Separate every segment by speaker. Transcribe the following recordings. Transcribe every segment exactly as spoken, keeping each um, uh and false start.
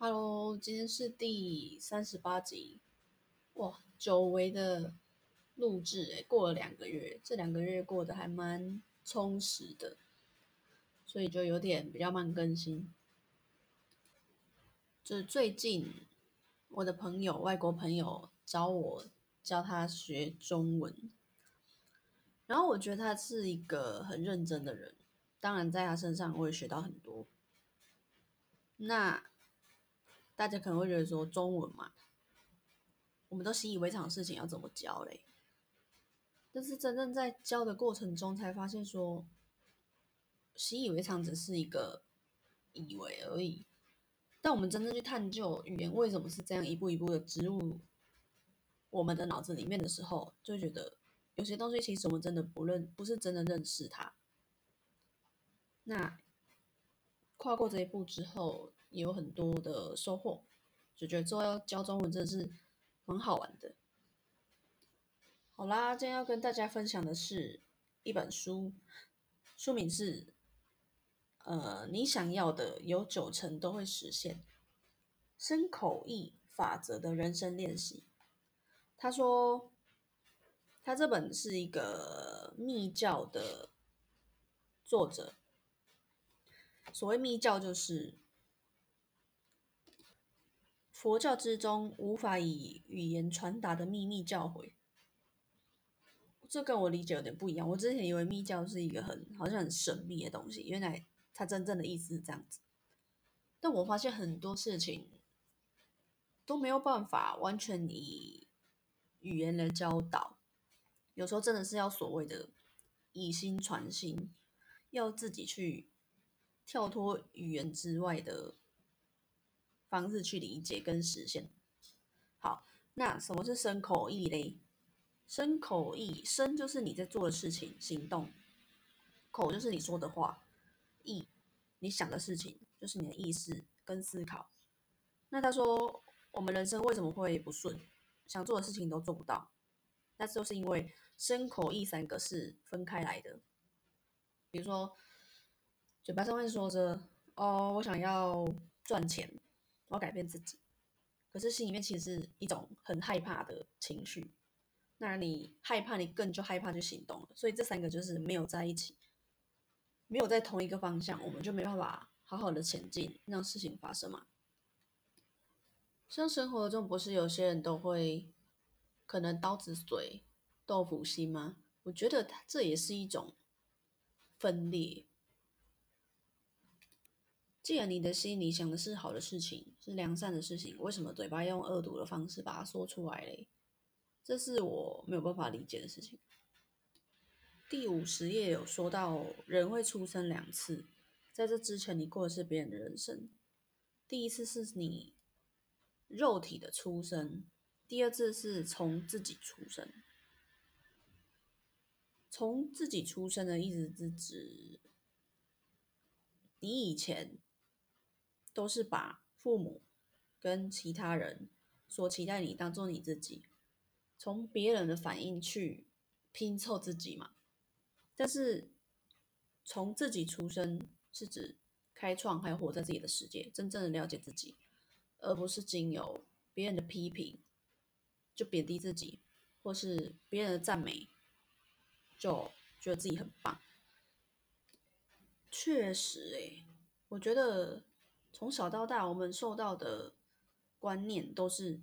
Speaker 1: Hello，今天是第三十八集，哇，久违的录制诶，过了两个月，这两个月过得还蛮充实的，所以就有点比较慢更新。就是最近我的朋友，外国朋友找我教他学中文，然后我觉得他是一个很认真的人，当然在他身上我也学到很多。那大家可能会觉得说中文嘛，我们都习以为常的事情要怎么教嘞？但是真正在教的过程中，才发现说，习以为常只是一个以为而已。但我们真正去探究语言为什么是这样一步一步的植入我们的脑子里面的时候，就觉得有些东西其实我们真的不认，不是真的认识它。那跨过这一步之后，也有很多的收获，就觉得之后要教中文真的是很好玩的。好啦，今天要跟大家分享的是一本书，书名是呃，你想要的有九成都会实现。深口译法则的人生练习。他说，他这本是一个密教的作者。所谓密教，就是佛教之中无法以语言传达的秘密教诲。这跟我理解有点不一样。我之前以为密教是一个很好像很神秘的东西，原来它真正的意思是这样子。但我发现很多事情都没有办法完全以语言来教导，有时候真的是要所谓的以心传心，要自己去跳脱语言之外的方式去理解跟实现。好，那什么是身口意嘞？身口意，身就是你在做的事情、行动，口就是你说的话，意你想的事情，就是你的意识跟思考。那他说，我们人生为什么会不顺，想做的事情都做不到？那就是因为身口意三个是分开来的。比如说，嘴巴上面说着“哦，我想要赚钱，我要改变自己”，可是心里面其实是一种很害怕的情绪。那你害怕，你更就害怕去行动了。所以这三个就是没有在一起，没有在同一个方向，我们就没办法好好的前进，让事情发生嘛。像生活中不是有些人都会可能刀子嘴豆腐心吗？我觉得它这也是一种分裂。既然你的心里想的是好的事情，是良善的事情，为什么嘴巴用恶毒的方式把它说出来嘞？这是我没有办法理解的事情。第五十页有说到，人会出生两次，在这之前你过的是别人的人生。第一次是你肉体的出生，第二次是从自己出生。从自己出生的意思是指，你以前都是把父母跟其他人所期待你当做你自己，从别人的反应去拼凑自己嘛。但是从自己出生是指开创还有活在自己的世界，真正的了解自己，而不是经由别人的批评就贬低自己，或是别人的赞美就觉得自己很棒。确实诶，我觉得从小到大我们受到的观念都是，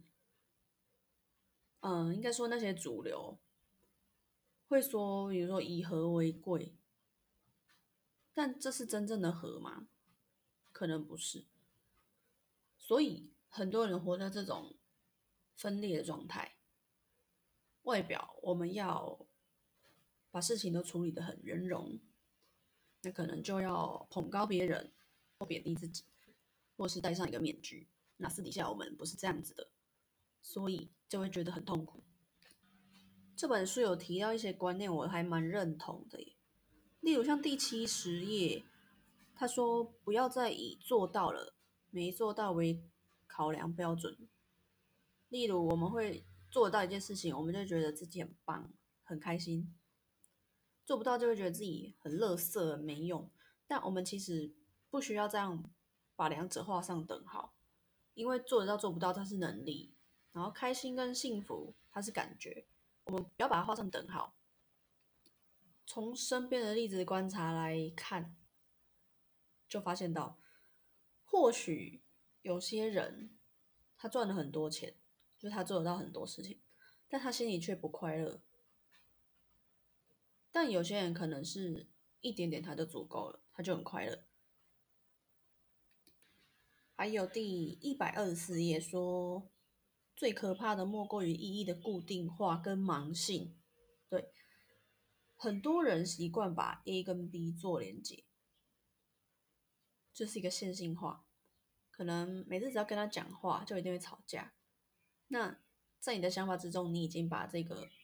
Speaker 1: 嗯，应该说那些主流会说，比如说以和为贵，但这是真正的和吗？可能不是。所以很多人活在这种分裂的状态，外表我们要把事情都处理得很圆融，那可能就要捧高别人或贬低自己，或是戴上一个面具。那私底下我们不是这样子的，所以就会觉得很痛苦。这本书有提到一些观念，我还蛮认同的耶。例如像第七十页，他说不要再以做到了没做到为考量标准。例如我们会做到一件事情，我们就觉得自己很棒、很开心；做不到就会觉得自己很垃圾、没用。但我们其实不需要这样把两者画上等号。 因为做得到做不到它是能力，然后开心跟幸福它是感觉，我们不要把它画上等号。从身边的例子观察来看，就发现到，或许有些人他赚了很多钱，就是他做得到很多事情，但他心里却不快乐。但有些人可能是一点点他就足够了，他就很快乐。还有第一百二十四页说，最可怕的莫过于意义的固定化跟盲性。对，很多人习惯把 A 跟 B 做连接，这是一个线性化，可能每次只要跟他讲话，就一定会吵架。那在你的想法之中，你已经把这个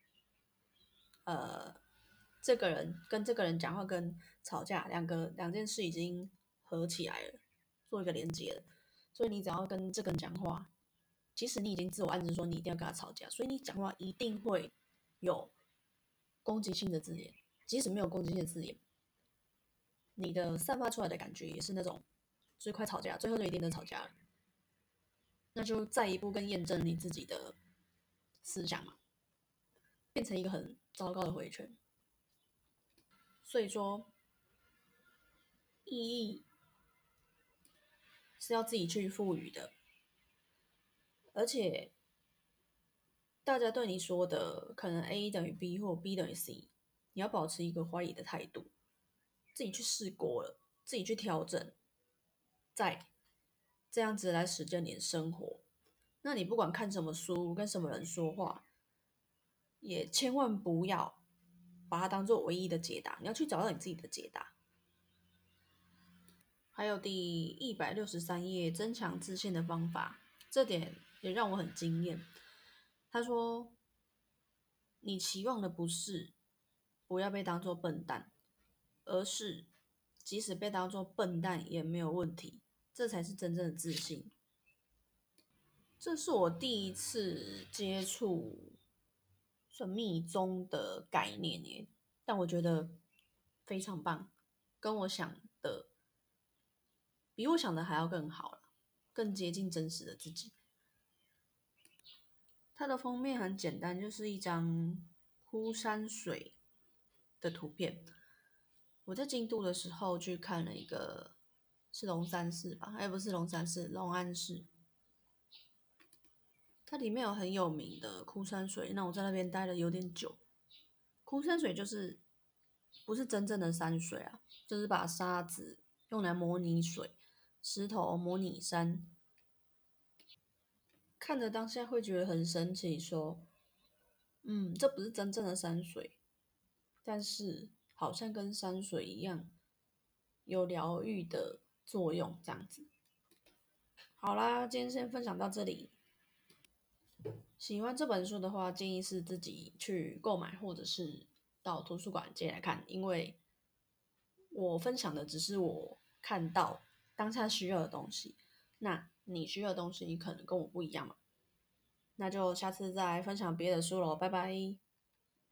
Speaker 1: 呃这个人跟这个人讲话跟吵架两个两件事已经合起来了，做一个连接了。所以你只要跟这个人讲话，其实你已经自我暗示说你一定要跟他吵架，所以你讲话一定会有攻击性的字眼，即使没有攻击性的字眼，你的散发出来的感觉也是那种最快吵架，最后就一定能吵架了。那就再一步更验证你自己的思想嘛，变成一个很糟糕的回圈。所以说，意义是要自己去赋予的，而且大家对你说的可能 A 等于 B 或 B 等于 C，你要保持一个怀疑的态度，自己去试过了，自己去调整，再这样子来实践你的生活。那你不管看什么书，跟什么人说话，也千万不要把它当做唯一的解答，你要去找到你自己的解答。还有第一百六十三页增强自信的方法，这点也让我很惊艳。他说：“你期望的不是不要被当作笨蛋，而是即使被当作笨蛋也没有问题，这才是真正的自信。”这是我第一次接触算密宗的概念耶，但我觉得非常棒，跟我想的比我想的还要更好了，更接近真实的自己。它的封面很简单，就是一张枯山水的图片。我在京都的时候去看了一个，是龙山寺吧？哎，不是龙山寺，龙安寺。它里面有很有名的枯山水，那我在那边待了有点久。枯山水就是不是真正的山水啊，就是把沙子用来模拟水，石头模拟山。看着当下会觉得很神奇，说，嗯，这不是真正的山水，但是好像跟山水一样，有疗愈的作用，这样子。好啦，今天先分享到这里。喜欢这本书的话，建议是自己去购买，或者是到图书馆借来看，因为我分享的只是我看到当下需要的东西，那你需要的东西可能跟我不一样嘛，那就下次再分享别的书喽，拜拜。